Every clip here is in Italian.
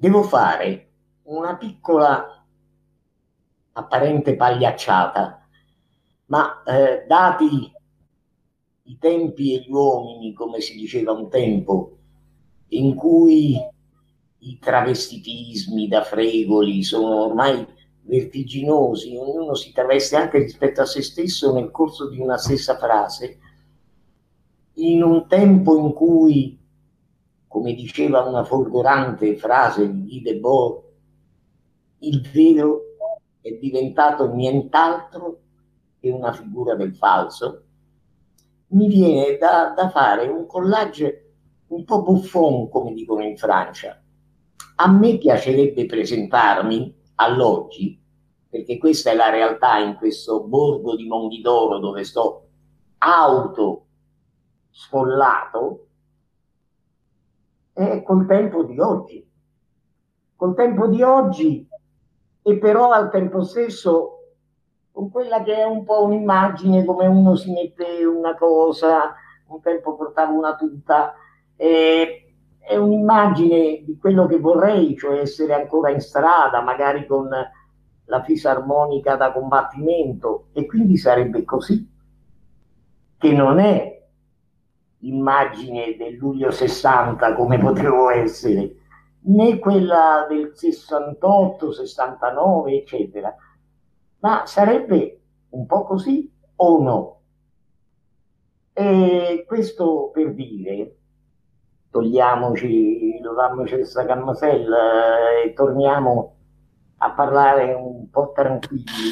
Devo fare una piccola apparente pagliacciata, ma dati i tempi e gli uomini, come si diceva un tempo, in cui i travestitismi da fregoli sono ormai vertiginosi, ognuno si traveste anche rispetto a se stesso nel corso di una stessa frase, in un tempo in cui, come diceva una folgorante frase di Guy Debord, il vero è diventato nient'altro che una figura del falso, mi viene da fare un collage un po' buffon, come dicono in Francia. A me piacerebbe presentarmi all'oggi, perché questa è la realtà in questo borgo di Monghidoro dove sto auto sfollato, col tempo di oggi. Col tempo di oggi e però al tempo stesso con quella che è un po' un'immagine, come uno si mette una cosa, un tempo portavo una tuta, è un'immagine di quello che vorrei, cioè essere ancora in strada, magari con la fisarmonica da combattimento, e quindi sarebbe così, che non è immagine del luglio 60 come potevo essere, né quella del 68, 69, eccetera, ma sarebbe un po' così o no? E questo per dire, leviamoci questa cammasella e torniamo a parlare un po' tranquilli,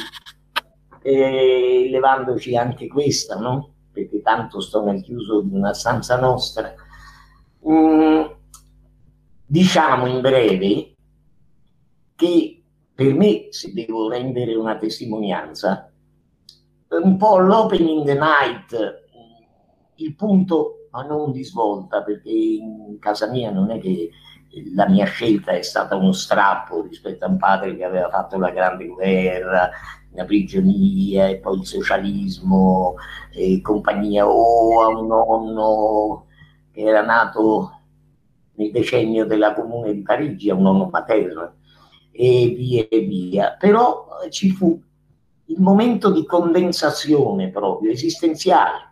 levandoci anche questa, no? Perché tanto sto nel chiuso di una stanza nostra. Mm, diciamo in breve che per me, se devo rendere una testimonianza, un po' l'opening night, il punto, ma non di svolta, perché in casa mia non è che la mia scelta è stata uno strappo rispetto a un padre che aveva fatto la grande guerra, la prigionia e poi il socialismo e compagnia, o a un nonno che era nato nel decennio della Comune di Parigi, a un nonno paterno e via e via. Però ci fu il momento di condensazione proprio esistenziale,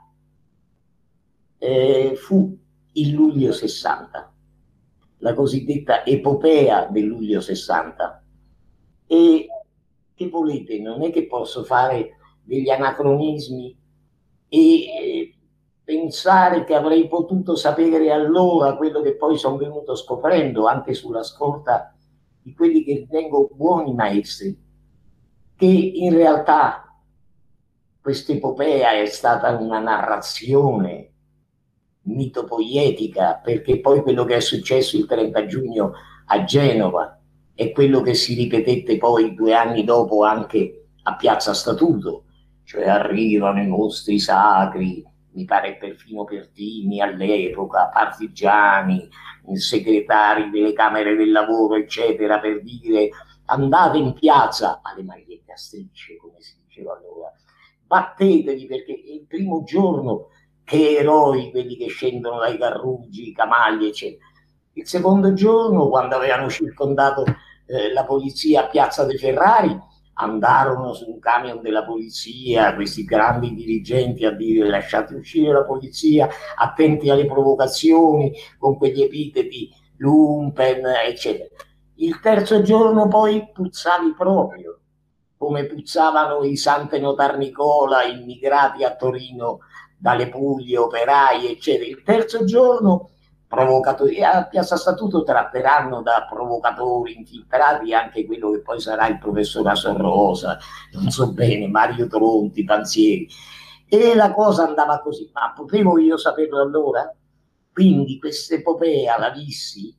fu il luglio 60, la cosiddetta epopea del luglio 60. E che volete, non è che posso fare degli anacronismi e pensare che avrei potuto sapere allora quello che poi sono venuto scoprendo anche sulla scorta di quelli che ritengo buoni maestri, che in realtà quest'epopea è stata una narrazione mitopoietica, perché poi quello che è successo il 30 giugno a Genova è quello che si ripetette poi 2 anni dopo anche a Piazza Statuto, cioè arrivano i mostri sacri, mi pare perfino Pertini all'epoca, partigiani, segretari delle Camere del Lavoro, eccetera, per dire andate in piazza alle magliette a strisce, come si diceva allora, battetevi perché è il primo giorno che eroi quelli che scendono dai carruggi, i camagli, eccetera. Il secondo giorno, quando avevano circondato la polizia a Piazza dei Ferrari, andarono su un camion della polizia, questi grandi dirigenti a dire lasciate uscire la polizia, attenti alle provocazioni, con quegli epiteti lumpen, eccetera. Il terzo giorno poi puzzavi proprio, come puzzavano i Sante Notar Nicola, immigrati a Torino dalle Puglie, operai, eccetera. Il terzo giorno provocatori a Piazza Statuto tratteranno da provocatori infiltrati anche quello che poi sarà il professor Asorrosa, non so bene, Mario Tronti, Panzieri. E la cosa andava così, ma potevo io saperlo allora? Quindi questa epopea la vissi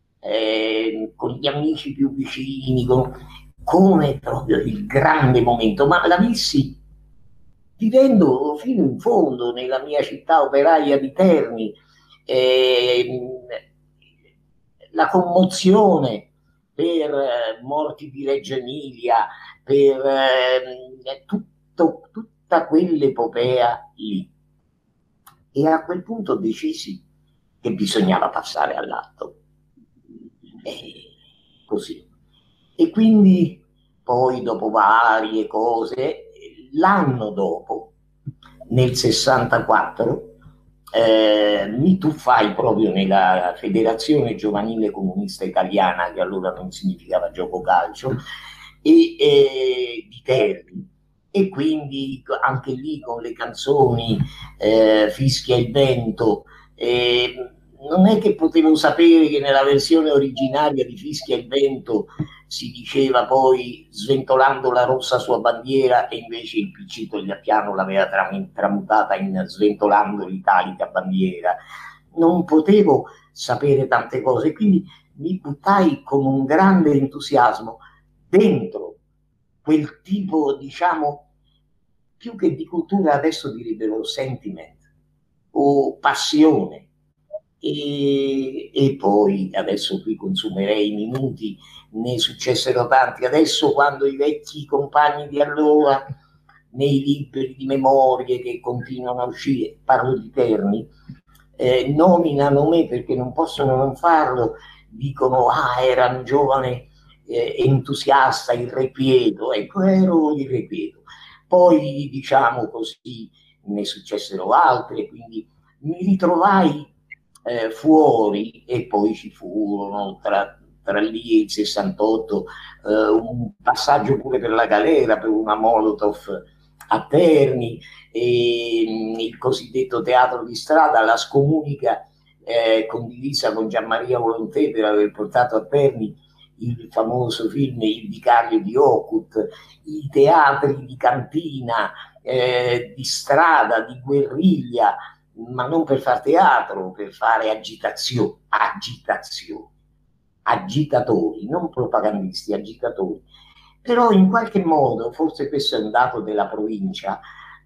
con gli amici più vicini, come proprio il grande momento, ma la vissi vivendo fino in fondo nella mia città operaia di Terni, eh, la commozione per morti di Reggio Emilia, per tutta quell'epopea lì. E a quel punto decisi che bisognava passare all'atto. così. E quindi poi dopo varie cose, l'anno dopo, nel 64, mi tuffai proprio nella Federazione Giovanile Comunista Italiana, che allora non significava gioco calcio, di Terni. E quindi anche lì con le canzoni Fischia il vento, non è che potevo sapere che nella versione originaria di Fischia il vento si diceva poi sventolando la rossa sua bandiera, e invece il piccito Piano l'aveva tramutata in sventolando l'italica bandiera. Non potevo sapere tante cose, quindi mi buttai con un grande entusiasmo dentro quel tipo, diciamo, più che di cultura adesso direbbero sentiment o passione. E poi adesso qui consumerei i minuti, ne successero tanti. Adesso quando i vecchi compagni di allora nei libri di memorie che continuano a uscire, parlo di Terni, nominano me perché non possono non farlo, dicono era un giovane entusiasta, irrequieto. Ecco, ero irrequieto. Poi diciamo così ne successero altre, quindi mi ritrovai fuori, e poi ci furono tra lì e il 68 un passaggio pure per la galera per una Molotov a Terni, e il cosiddetto teatro di strada, la scomunica condivisa con Gianmaria Volontè per aver portato a Terni il famoso film Il vicario di Ockhut, i teatri di cantina, di strada, di guerriglia, ma non per fare teatro, per fare agitazione, agitatori, non propagandisti, agitatori. Però in qualche modo, forse questo è un dato della provincia,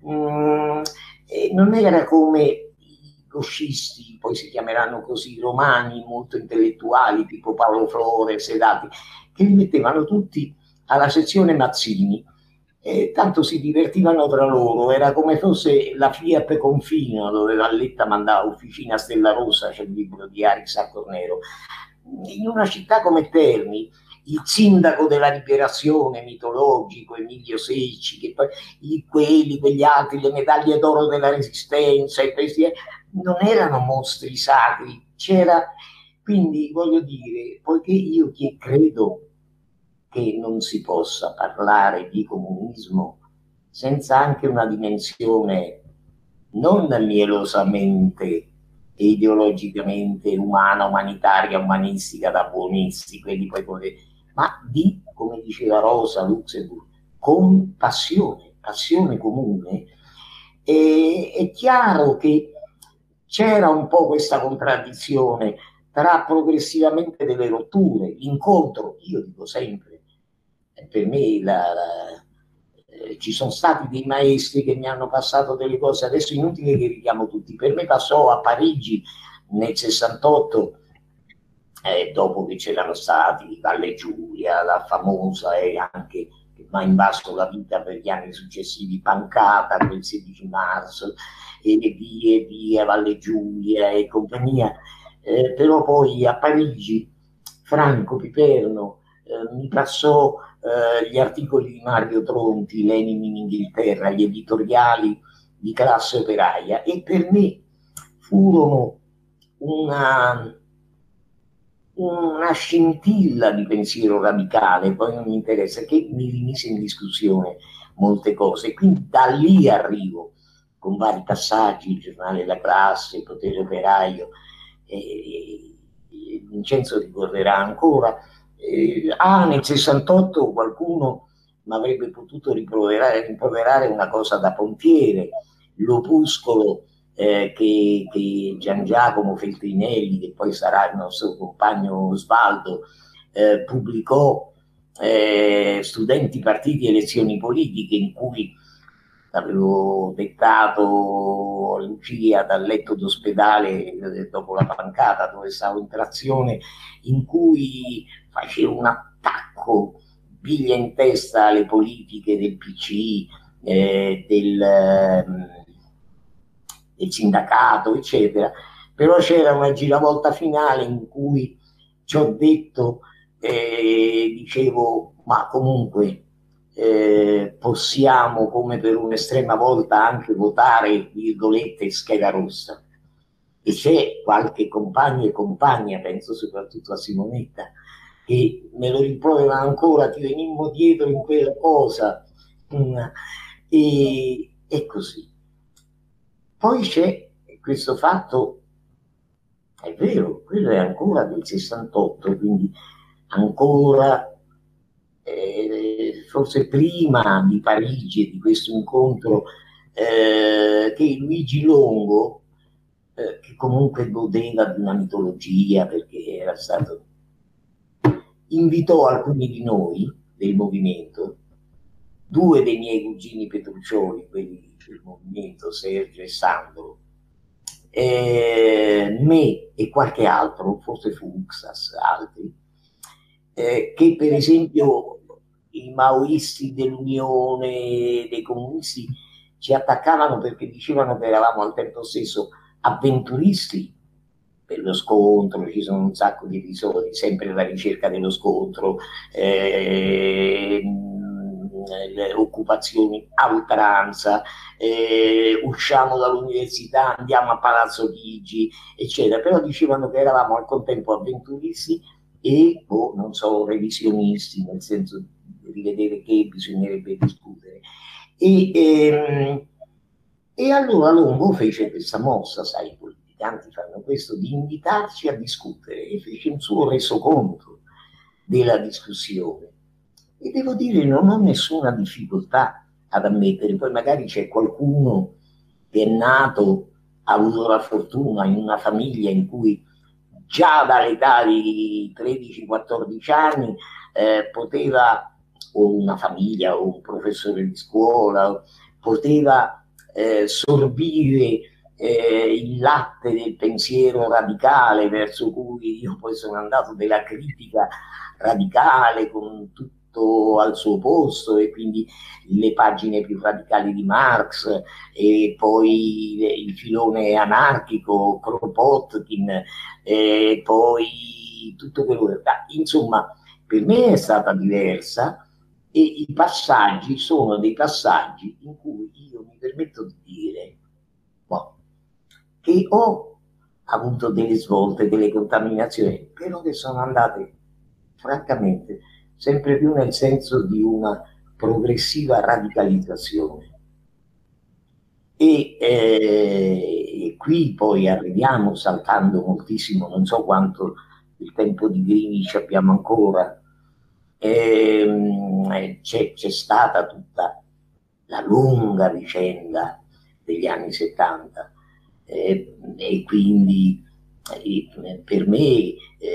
non era come i goscisti, poi si chiameranno così, romani, molto intellettuali, tipo Paolo Flore, Sedati, che li mettevano tutti alla sezione Mazzini, tanto si divertivano tra loro, era come fosse la Fiat Confino, dove Valletta mandava Officina Stella Rossa, c'è il libro di Arix Accornero. In una città come Terni, il sindaco della liberazione mitologico, Emilio Secci, che poi quegli altri, le medaglie d'oro della resistenza, non erano mostri sacri, c'era, quindi voglio dire, poiché io che credo che non si possa parlare di comunismo senza anche una dimensione non mielosamente e ideologicamente umana, umanitaria, umanistica da buonisti, quelli poi, ma di, come diceva Rosa Luxemburg, con passione comune. E è chiaro che c'era un po' questa contraddizione tra progressivamente delle rotture, l'incontro, io dico sempre, per me ci sono stati dei maestri che mi hanno passato delle cose, adesso è inutile che richiamo tutti, per me passò a Parigi nel 68, dopo che c'erano stati Valle Giulia, la famosa e anche che mi ha invaso la vita per gli anni successivi, Pancata, quel 16 marzo, e via, Valle Giulia e compagnia, però poi a Parigi Franco Piperno mi passò gli articoli di Mario Tronti, Lenin in Inghilterra, gli editoriali di classe operaia, e per me furono una scintilla di pensiero radicale, poi non mi interessa, che mi rimise in discussione molte cose. Quindi da lì arrivo con vari passaggi, il giornale La Classe, il Potere Operaio, Vincenzo ricorderà ancora. Nel 68 qualcuno mi avrebbe potuto rimproverare una cosa da Pontiere, l'opuscolo che Gian Giacomo Feltrinelli, che poi sarà il nostro compagno Osvaldo, pubblicò, Studenti, partiti, elezioni politiche, in cui avevo dettato Lucia dal letto d'ospedale dopo la pancata dove stavo in trazione, in cui facevo un attacco biglia in testa alle politiche del PC, del sindacato, eccetera. Però c'era una giravolta finale in cui ci ho detto dicevo, ma comunque possiamo, come per un'estrema volta, anche votare, virgolette, scheda rossa. E c'è qualche compagno e compagna, penso soprattutto a Simonetta, che me lo rimprovera ancora, ti venimmo dietro in quella cosa. E così. Poi c'è questo fatto, è vero, quello è ancora del 68, quindi ancora forse prima di Parigi e di questo incontro, che Luigi Longo, che comunque godeva di una mitologia perché era stato, invitò alcuni di noi del movimento, due dei miei cugini Petruccioli, quelli del movimento, Sergio e Sandro, me e qualche altro, forse Fuxas, altri, che per esempio i maoisti dell'Unione dei Comunisti ci attaccavano perché dicevano che eravamo al tempo stesso avventuristi per lo scontro, ci sono un sacco di episodi, sempre la ricerca dello scontro, le occupazioni a oltranza, usciamo dall'università, andiamo a Palazzo Chigi, eccetera, però dicevano che eravamo al contempo avventuristi e, non so, revisionisti, nel senso di rivedere che bisognerebbe discutere. E allora Longo fece questa mossa, sai, i politicanti fanno questo, di invitarci a discutere, e fece un suo resoconto della discussione. E devo dire, non ho nessuna difficoltà ad ammettere, poi magari c'è qualcuno che è nato, ha avuto la fortuna in una famiglia in cui già dall'età di 13-14 anni poteva, o una famiglia, o un professore di scuola, poteva sorbire il latte del pensiero radicale verso cui io poi sono andato, della critica radicale con tutto al suo posto, e quindi le pagine più radicali di Marx e poi il filone anarchico, Kropotkin, e poi tutto quello che... Insomma, per me è stata diversa, e i passaggi sono dei passaggi in cui io mi permetto di dire che ho avuto delle svolte, delle contaminazioni, però che sono andate francamente sempre più nel senso di una progressiva radicalizzazione. E qui poi arriviamo saltando moltissimo, non so quanto il tempo di Greenwich abbiamo ancora. C'è stata tutta la lunga vicenda degli anni 70, e quindi per me,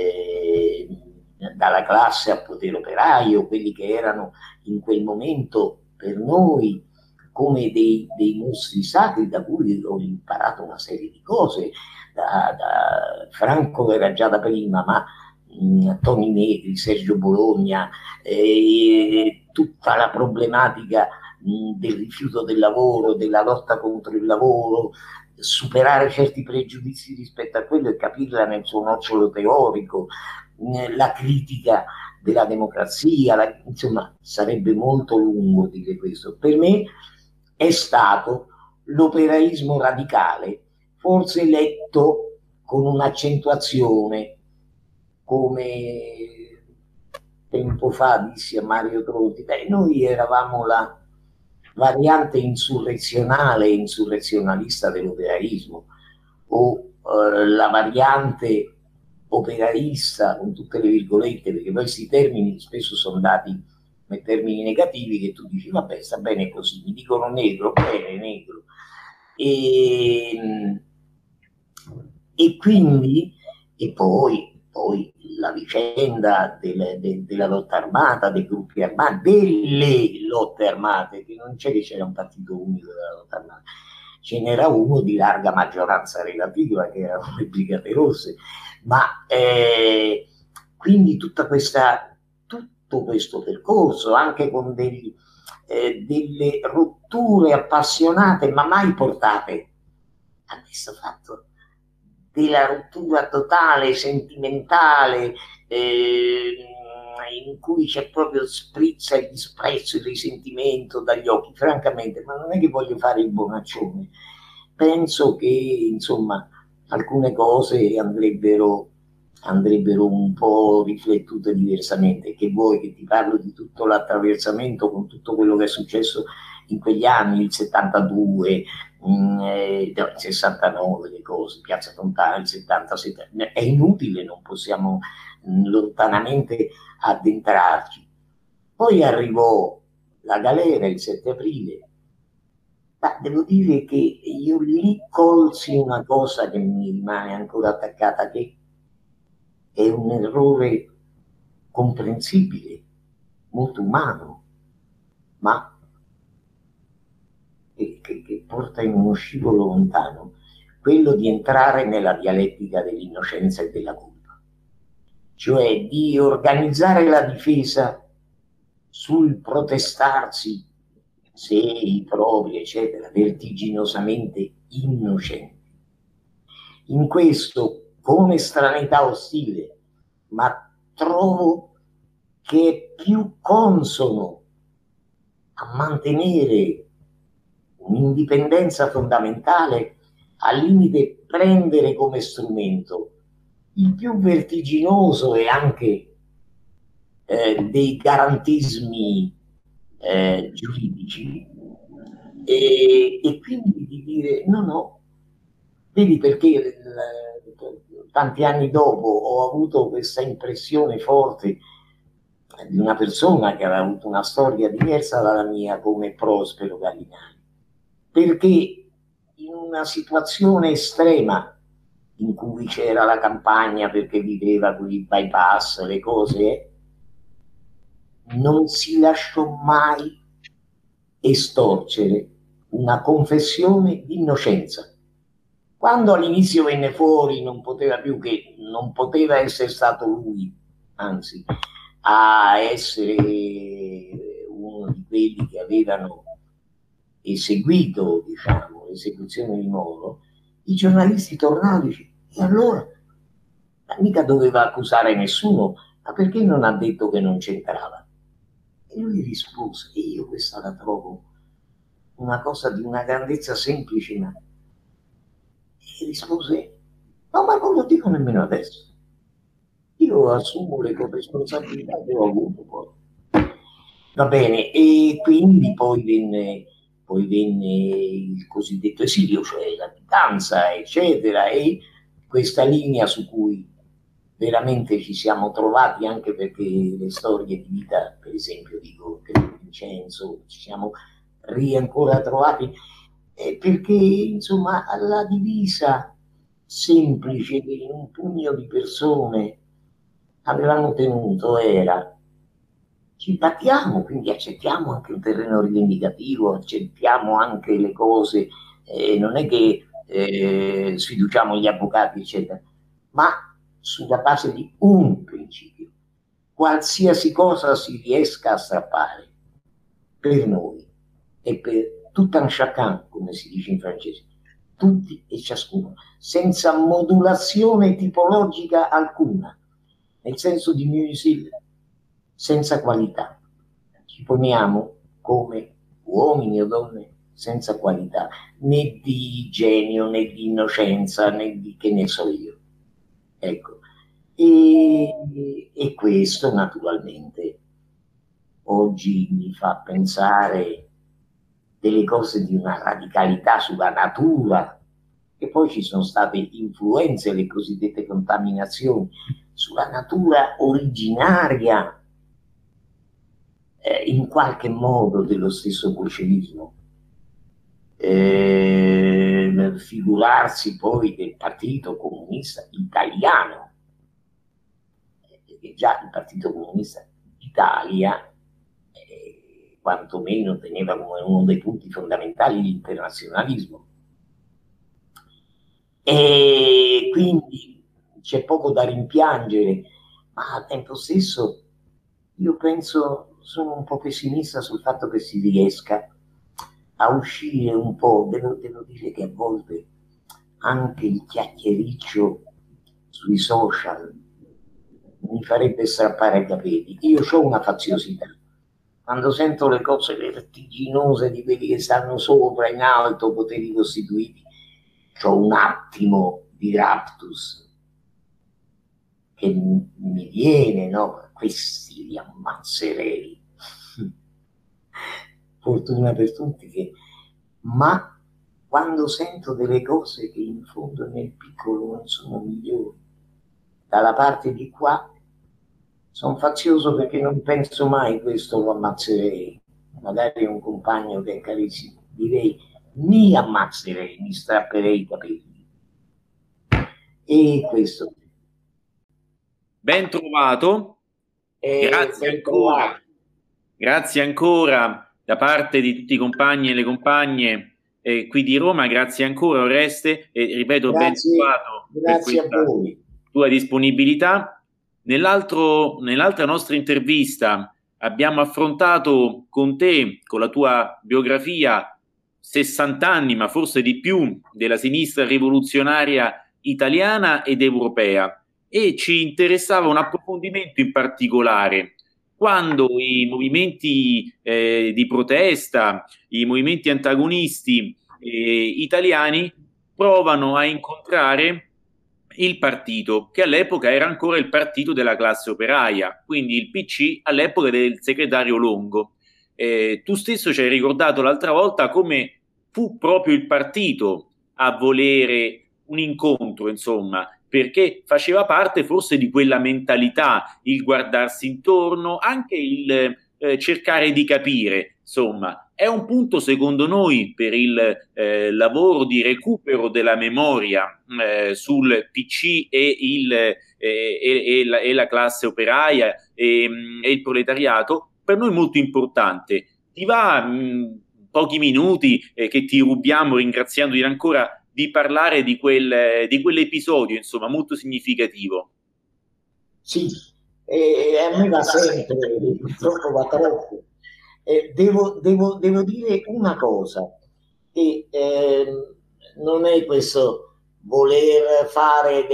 dalla classe a potere operaio, quelli che erano in quel momento per noi come dei mostri sacri da cui ho imparato una serie di cose. Da Franco era già da prima, ma Toni Negri, Sergio Bologna, tutta la problematica del rifiuto del lavoro, della lotta contro il lavoro, superare certi pregiudizi rispetto a quello e capirla nel suo nocciolo teorico, la critica della democrazia, insomma sarebbe molto lungo dire questo. Per me è stato l'operaismo radicale, forse letto con un'accentuazione, come tempo fa dissi a Mario Tronti, noi eravamo la variante insurrezionale e insurrezionalista dell'operaismo, o la variante operaista con tutte le virgolette, perché poi questi termini spesso sono dati come termini negativi, che tu dici vabbè, sta bene così, mi dicono negro, bene, negro. E quindi, e poi la vicenda della lotta armata, dei gruppi armati, delle lotte armate, che non c'è che c'era un partito unico della lotta armata, ce n'era uno di larga maggioranza relativa, che erano le Brigate Rosse, ma quindi tutto questo percorso, anche con delle rotture appassionate, ma mai portate a questo fatto della rottura totale, sentimentale, cui c'è proprio sprizza il disprezzo, il risentimento dagli occhi, francamente, ma non è che voglio fare il bonaccione. Penso che, insomma, alcune cose andrebbero un po' riflettute diversamente. Che vuoi che ti parlo di tutto l'attraversamento con tutto quello che è successo in quegli anni, il 72, il 69, le cose, Piazza Fontana, il 77, è inutile, non possiamo lontanamente addentrarci. Poi arrivò la galera il 7 aprile, ma devo dire che io lì colsi una cosa che mi rimane ancora attaccata, che è un errore comprensibile, molto umano, ma che porta in uno scivolo lontano, quello di entrare nella dialettica dell'innocenza e della colpa, cioè di organizzare la difesa sul protestarsi se i propri, eccetera, vertiginosamente innocenti. In questo, con estraneità ostile, ma trovo che è più consono a mantenere un'indipendenza fondamentale, al limite prendere come strumento il più vertiginoso e anche dei garantismi giuridici, e quindi di dire no, no, vedi perché tanti anni dopo ho avuto questa impressione forte di una persona che aveva avuto una storia diversa dalla mia come Prospero Gallinani, perché in una situazione estrema in cui c'era la campagna perché viveva con i bypass, le cose, non si lasciò mai estorcere una confessione di innocenza. Quando all'inizio venne fuori non poteva più che, non poteva essere stato lui, anzi, a essere uno di quelli che avevano eseguito, diciamo, l'esecuzione di Moro, i giornalisti tornavano e dicevano, e allora? Ma mica doveva accusare nessuno, ma perché non ha detto che non c'entrava? E lui rispose, e io questa la trovo una cosa di una grandezza semplice, ma e rispose, no, ma non lo dico nemmeno adesso. Io assumo le responsabilità che ho avuto poi. Va bene, e quindi poi venne il cosiddetto esilio, cioè la latitanza, eccetera, e questa linea su cui veramente ci siamo trovati, anche perché le storie di vita, per esempio, dico che Vincenzo, ci siamo ancora trovati, perché insomma la divisa semplice che in un pugno di persone avevamo tenuto era ci battiamo, quindi accettiamo anche un terreno rivendicativo, accettiamo anche le cose, non è che sfiduciamo gli avvocati, eccetera, ma sulla base di un principio. Qualsiasi cosa si riesca a strappare per noi e per tout un chacun, come si dice in francese, tutti e ciascuno, senza modulazione tipologica alcuna, nel senso di Musil, senza qualità. Ci poniamo come uomini o donne senza qualità, né di genio, né di innocenza, né di che ne so io. Ecco. E questo naturalmente oggi mi fa pensare delle cose di una radicalità sulla natura, e poi ci sono state influenze, le cosiddette contaminazioni, sulla natura originaria, in qualche modo dello stesso bolscevismo. Figurarsi poi del Partito Comunista Italiano, perché già il Partito Comunista d'Italia quantomeno teneva come uno dei punti fondamentali l'internazionalismo. E quindi c'è poco da rimpiangere, ma al tempo stesso io penso, sono un po' pessimista sul fatto che si riesca a uscire un po', devo dire che a volte anche il chiacchiericcio sui social mi farebbe strappare i capelli. Io ho una faziosità. Quando sento le cose vertiginose di quelli che stanno sopra, in alto, poteri costituiti, ho un attimo di raptus che mi viene, no? Questi li ammazzerei. Fortuna per tutti che... Ma quando sento delle cose che in fondo nel piccolo non sono migliori, dalla parte di qua sono fazioso perché non penso mai questo lo ammazzerei. Magari un compagno che è carissimo, direi mi ammazzerei, mi strapperei i capelli. E questo. Ben trovato, grazie Ben ancora, trovato. grazie ancora da parte di tutti i compagni e le compagne qui di Roma, grazie ancora Oreste e ripeto ben Grazie, trovato per grazie a questa voi. tua disponibilità. Nell'altra nostra intervista abbiamo affrontato con te, con la tua biografia, 60 anni, ma forse di più, della sinistra rivoluzionaria italiana ed europea e ci interessava un approfondimento in particolare quando i movimenti di protesta, i movimenti antagonisti italiani provano a incontrare il partito, che all'epoca era ancora il partito della classe operaia, quindi il PC all'epoca del segretario Longo. Tu stesso ci hai ricordato l'altra volta come fu proprio il partito a volere un incontro, insomma, perché faceva parte forse di quella mentalità, il guardarsi intorno, anche il cercare di capire, insomma. È un punto, secondo noi, per il lavoro di recupero della memoria sul PC e la classe operaia e il proletariato, per noi molto importante. Ti va pochi minuti che ti rubiamo, ringraziandoti ancora, di parlare di quell'episodio, insomma, molto significativo? Sì, a me va sempre, purtroppo va troppo. Devo dire una cosa, che non è questo voler fare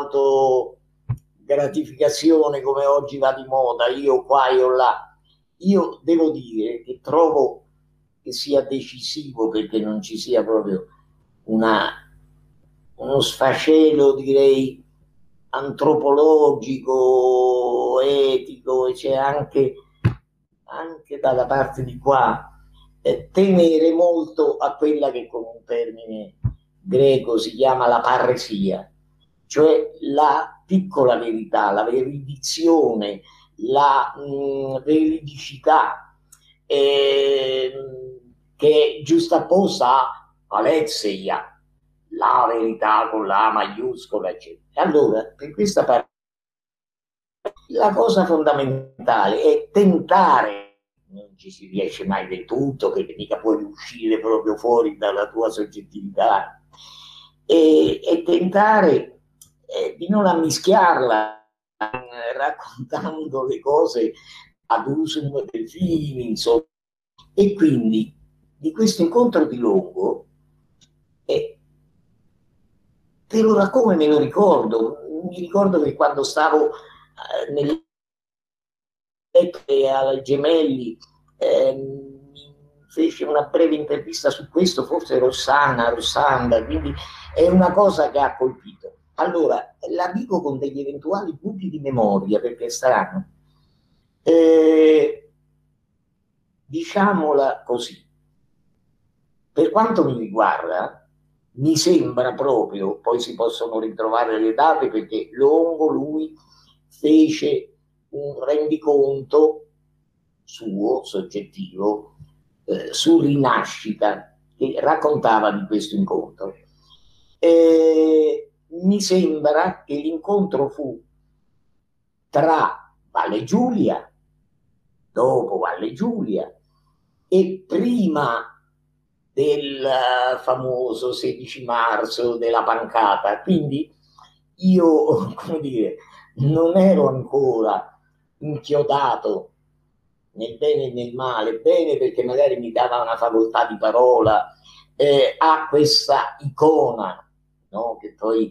dell'autogratificazione come oggi va di moda, io qua, io là. Io devo dire che trovo che sia decisivo perché non ci sia proprio una, uno sfacelo, direi, antropologico, etico, e c'è anche dalla parte di qua tenere molto a quella che con un termine greco si chiama la parresia, cioè la piccola verità, la veridizione, la veridicità eh, che è giustapposta a Alexeia, la verità con la maiuscola, eccetera. Allora, per questa parte, la cosa fondamentale è tentare, non ci si riesce mai del tutto, perché mica puoi uscire proprio fuori dalla tua soggettività, e tentare di non ammischiarla raccontando le cose ad usum del fini, insomma. E quindi di questo incontro di Longo, te lo come me lo ricordo, mi ricordo che quando stavo nel al Gemelli fece una breve intervista su questo, forse Rossanda, quindi è una cosa che ha colpito. Allora, la dico con degli eventuali buchi di memoria, perché saranno, diciamola così, per quanto mi riguarda, mi sembra proprio, poi si possono ritrovare le date perché Longo lui fece un rendiconto suo, soggettivo, su Rinascita, che raccontava di questo incontro. Mi sembra che l'incontro fu tra Valle Giulia, dopo Valle Giulia, e prima del famoso 16 marzo della pancata. Quindi io, come dire, non ero ancora inchiodato nel bene e nel male, bene perché magari mi dava una facoltà di parola a questa icona, no? Che poi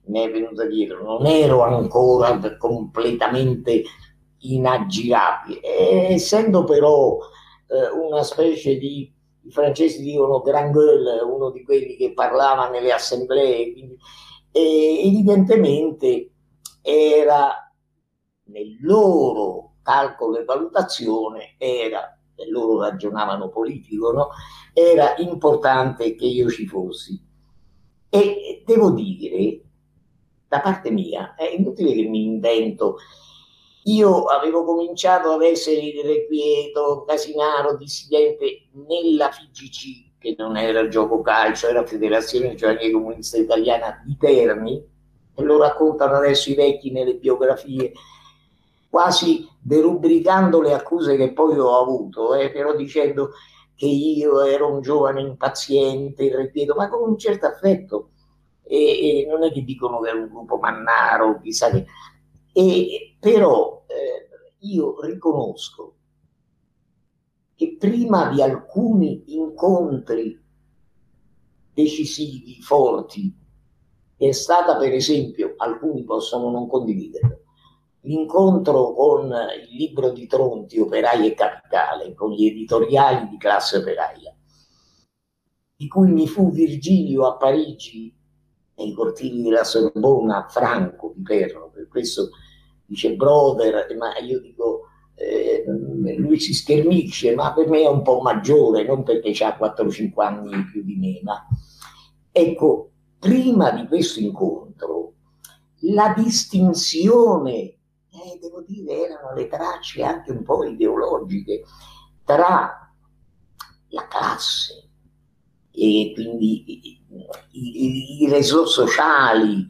mi è venuta dietro, non ero ancora completamente inaggirabile. Essendo però una specie di, i francesi dicono grand gueule, uno di quelli che parlava nelle assemblee, quindi, evidentemente era nel loro calcolo e valutazione, era, e loro ragionavano politico, no? Era importante che io ci fossi. E devo dire, da parte mia, è inutile che mi invento. Io avevo cominciato ad essere irrequieto, casinaro, dissidente nella FIGC, che non era gioco calcio, era Federazione Giovanile Comunista Italiana di Terni, e lo raccontano adesso i vecchi nelle biografie, quasi derubricando le accuse che poi ho avuto, però dicendo che io ero un giovane impaziente, irrequieto, ma con un certo affetto. E non è che dicono che era un gruppo mannaro, chissà che. Però io riconosco che prima di alcuni incontri decisivi, forti, che è stata per esempio, alcuni possono non condividerlo, l'incontro con il libro di Tronti, Operai e Capitale, con gli editoriali di Classe Operaia, di cui mi fu Virgilio a Parigi, nei cortili della Sorbona, Franco di Perro, per questo dice brother, ma io dico, lui si schermisce, ma per me è un po' maggiore, non perché ha 4-5 anni in più di me, ma ecco, prima di questo incontro, la distinzione, devo dire, erano le tracce anche un po' ideologiche, tra la classe e quindi i resort sociali,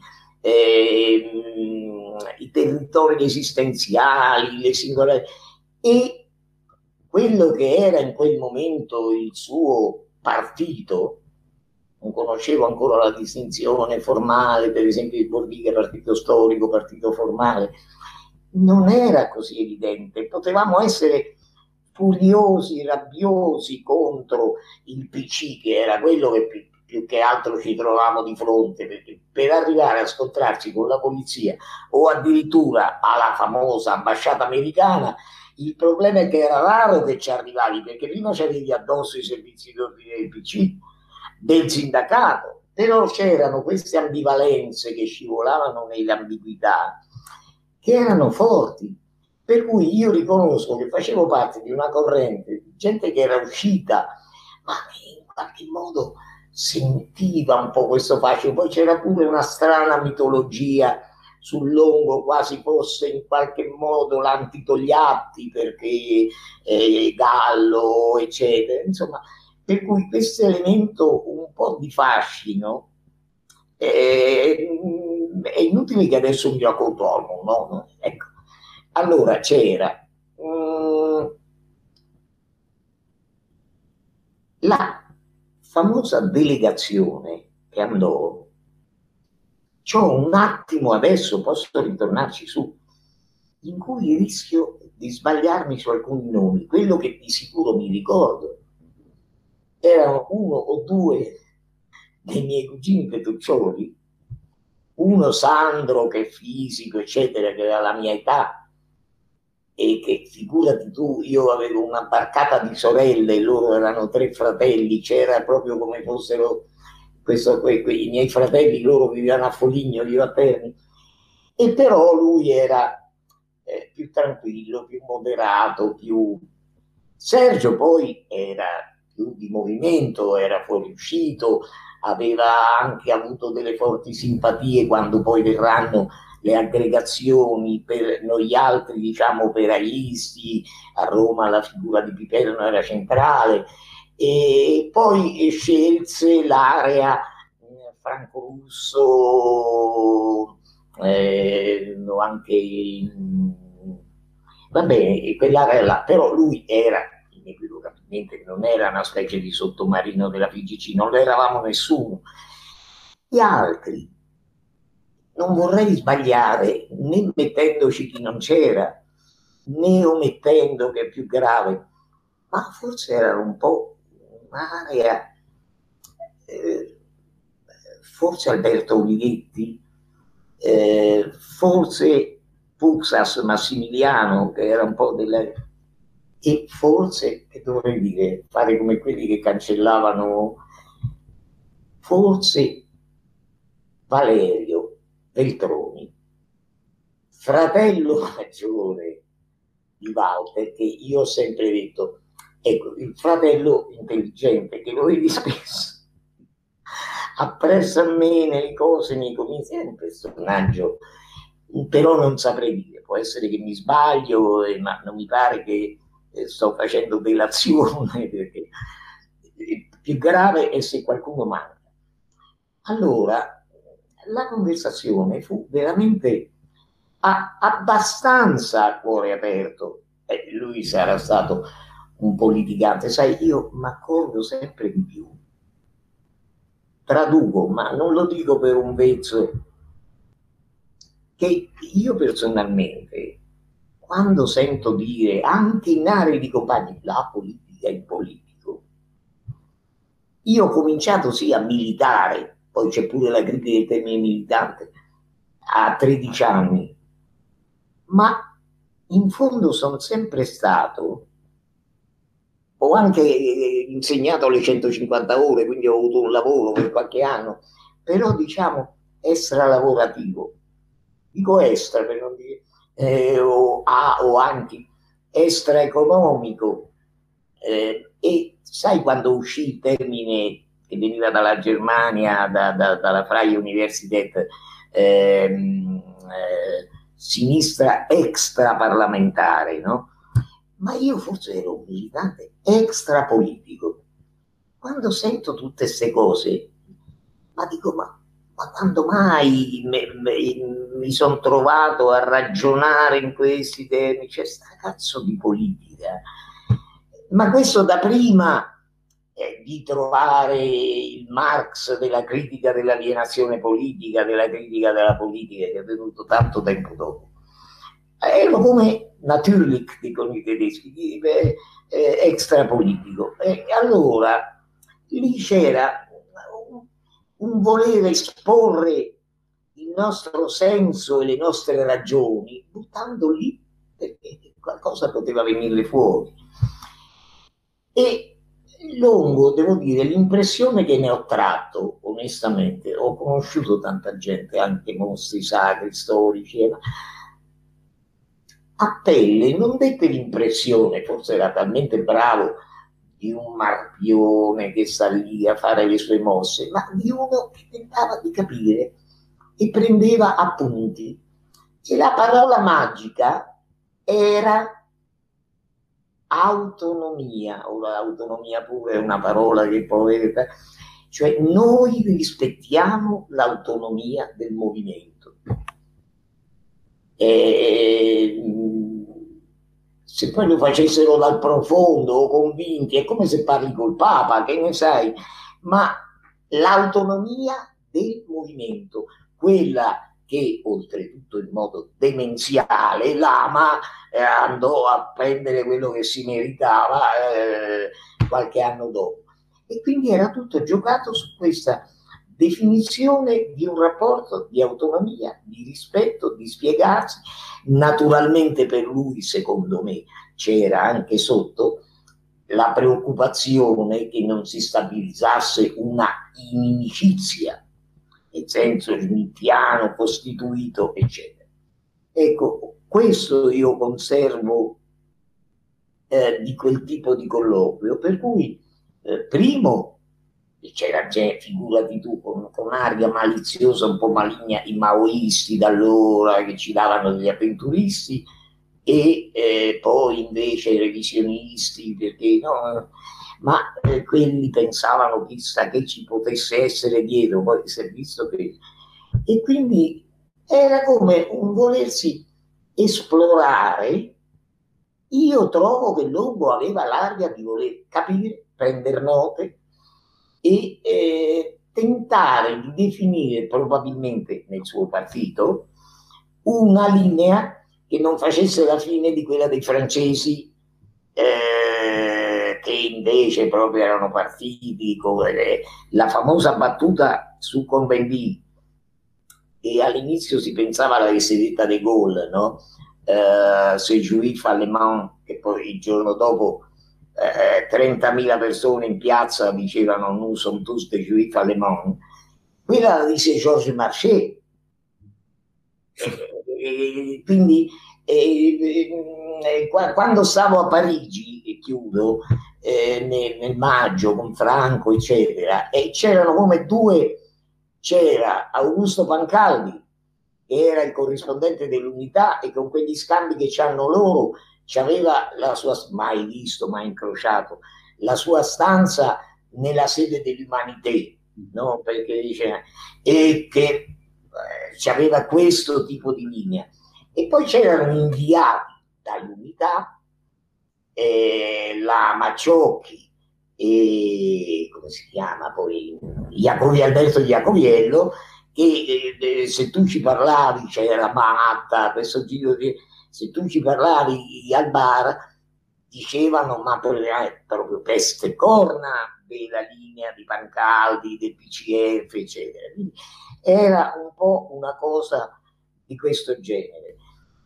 i territori esistenziali, le singole, e quello che era in quel momento il suo partito. Non conoscevo ancora la distinzione formale, per esempio di Bordiga, partito storico, partito formale, non era così evidente. Potevamo essere furiosi, rabbiosi contro il PC, che era quello che più che altro ci trovavamo di fronte, perché per arrivare a scontrarci con la polizia o addirittura alla famosa ambasciata americana, il problema è che era raro che ci arrivavi, perché prima c'avevi addosso i servizi d'ordine del PC, del sindacato, però c'erano queste ambivalenze che scivolavano nelle ambiguità, che erano forti. Per cui io riconosco che facevo parte di una corrente di gente che era uscita, ma che in qualche modo sentiva un po' questo fascino. Poi c'era pure una strana mitologia sul Longo, quasi fosse in qualche modo l'antitogliatti, perché Gallo, eccetera. Insomma, per cui questo elemento un po' di fascino è inutile che adesso mi racconto, no? Ecco. Allora c'era la famosa delegazione che andò. C'ho un attimo adesso, posso ritornarci su, in cui rischio di sbagliarmi su alcuni nomi. Quello che di sicuro mi ricordo erano uno o due dei miei cugini Petruccioli, uno Sandro che è fisico, eccetera, che aveva la mia età, e che figurati tu, io avevo una barcata di sorelle, loro erano 3 fratelli, c'era proprio come fossero i miei fratelli, loro vivevano a Foligno, io a Terni, e però lui era più tranquillo, più moderato, più. Sergio poi era più di movimento, era fuoriuscito, aveva anche avuto delle forti simpatie quando poi verranno le aggregazioni per noi altri, diciamo, operaisti. A Roma la figura di Piperno era centrale, e poi scelse l'area Franco Russo, anche va bene, quell'area là, però lui era inequivocabilmente, non era una specie di sottomarino della FIGC, non lo eravamo nessuno. Gli altri, non vorrei sbagliare, né mettendoci chi non c'era, né omettendo, che è più grave, ma forse era un po' un'area, forse Alberto Olivetti, forse Puxas Massimiliano, che era un po' della... e forse, che dovrei dire, fare come quelli che cancellavano, forse Valerio Veltroni, fratello maggiore di Walter, che io ho sempre detto, ecco, il fratello intelligente, che lo vedi spesso, appresso a me nelle cose, nei comizi, è un personaggio, però non saprei dire, può essere che mi sbaglio, ma non mi pare che sto facendo delazione, perché il più grave è se qualcuno manca. Allora, la conversazione fu veramente abbastanza a cuore aperto. Lui sarà stato un politicante, sai, io mi accorgo sempre di più, traduco, ma non lo dico per un vezzo, che io personalmente, quando sento dire anche in aree di compagni la politica è il politico, io ho cominciato sì a militare, poi c'è pure la critica del termine militante, a 13 anni, ma in fondo sono sempre stato, ho anche insegnato le 150 ore, quindi ho avuto un lavoro per qualche anno, però diciamo extra lavorativo, dico extra per non dire o anche extra economico, e sai quando uscì il termine che veniva dalla Germania, dalla Freie Universität, sinistra extraparlamentare, no? Ma io forse ero un militante extrapolitico. Quando sento tutte queste cose, ma dico, ma quando mai mi sono trovato a ragionare in questi termini? C'è sta cazzo di politica. Ma questo da prima di trovare il Marx della critica dell'alienazione politica, della critica della politica, che è venuto tanto tempo dopo. Ero come natürlich, dicono i tedeschi, extrapolitico. E allora lì c'era un voler esporre il nostro senso e le nostre ragioni, buttando lì perché qualcosa poteva venirle fuori. E Longo, devo dire, l'impressione che ne ho tratto, onestamente, ho conosciuto tanta gente, anche mostri sacri, storici, a pelle, non dette l'impressione, forse era talmente bravo, di un marpione che sta lì a fare le sue mosse, ma di uno che tentava di capire e prendeva appunti. E la parola magica era autonomia, o l'autonomia pure è una parola che poi... Cioè noi rispettiamo l'autonomia del movimento. Se poi lo facessero dal profondo o convinti, è come se parli col Papa, che ne sai, ma l'autonomia del movimento, quella che oltretutto in modo demenziale Lama andò a prendere quello che si meritava qualche anno dopo. E quindi era tutto giocato su questa definizione di un rapporto di autonomia, di rispetto, di spiegarsi. Naturalmente per lui, secondo me, c'era anche sotto la preoccupazione che non si stabilizzasse una inimicizia, nel senso smithiano, costituito, eccetera. Ecco, questo io conservo di quel tipo di colloquio, per cui primo c'era gente, figurati tu, con aria maliziosa, un po' maligna, i maoisti d'allora che ci davano degli avventuristi, e poi invece i revisionisti, perché no, ma quelli pensavano chissà che ci potesse essere dietro, poi si è visto che... E quindi era come un volersi esplorare. Io trovo che Longo aveva l'aria di voler capire, prendere note e tentare di definire probabilmente nel suo partito una linea che non facesse la fine di quella dei francesi, che invece proprio erano partiti con la famosa battuta su Combendit, e all'inizio si pensava alla sedetta de Gaulle, no? Se Juif allemand, che poi il giorno dopo 30.000 persone in piazza dicevano nous sommes tous des Juifs allemands, quella la disse Georges Marchais. Quindi quando stavo a Parigi, e chiudo, nel maggio con Franco, eccetera, e c'erano come due, c'era Augusto Pancaldi, che era il corrispondente dell'Unità, e con quegli scambi che c'hanno loro, c'aveva la sua, mai visto, mai incrociato, la sua stanza nella sede dell'Humanité, no? Perché dice, e che c'aveva questo tipo di linea. E poi c'erano inviati dall'Unità la Macciocchi e come si chiama poi Alberto Iacoviello, che se tu ci parlavi, c'era Matta, questo giro di, se tu ci parlavi al bar dicevano ma proprio peste corna della linea di Pancaldi, del PCF, eccetera. Quindi era un po' una cosa di questo genere.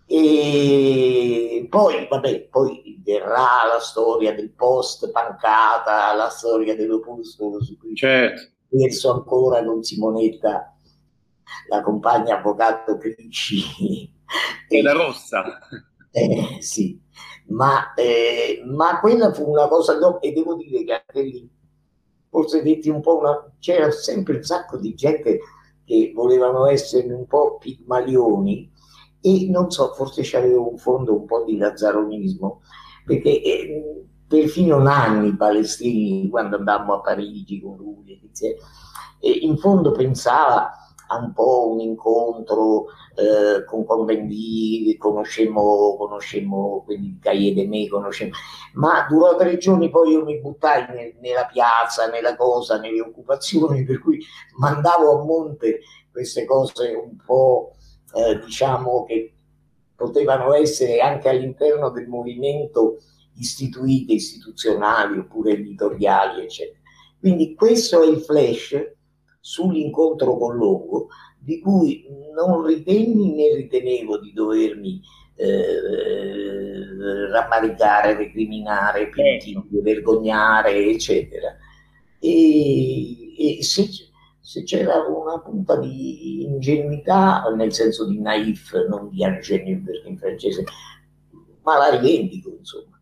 E poi, vabbè, poi verrà la storia del post Pancata, la storia dell'opuscolo su cui penso ancora con Simonetta, la compagna avvocato Clicci. E la Rossa. Sì, ma quella fu una cosa dopo, e devo dire che anche lì, forse detti un po' c'era sempre un sacco di gente che volevano essere un po' pigmalioni, e non so, forse c'aveva un fondo un po' di lazzaronismo, perché perfino Nanni Palestrini, quando andammo a Parigi con lui, in fondo pensava a un po' un incontro con Convendi, conoscemmo quelli di Cahiers de Me, ma durò 3 giorni, poi io mi buttai nella piazza, nella cosa, nelle occupazioni, per cui mandavo a monte queste cose un po' diciamo che potevano essere anche all'interno del movimento istituite, istituzionali oppure editoriali, eccetera. Quindi questo è il flash sull'incontro con Longo, di cui non ritenni né ritenevo di dovermi rammaricare, recriminare, pentire, vergognare, eccetera. E se c'era una punta di ingenuità, nel senso di naif, non di ingénu perché in francese, ma la rivendico, insomma.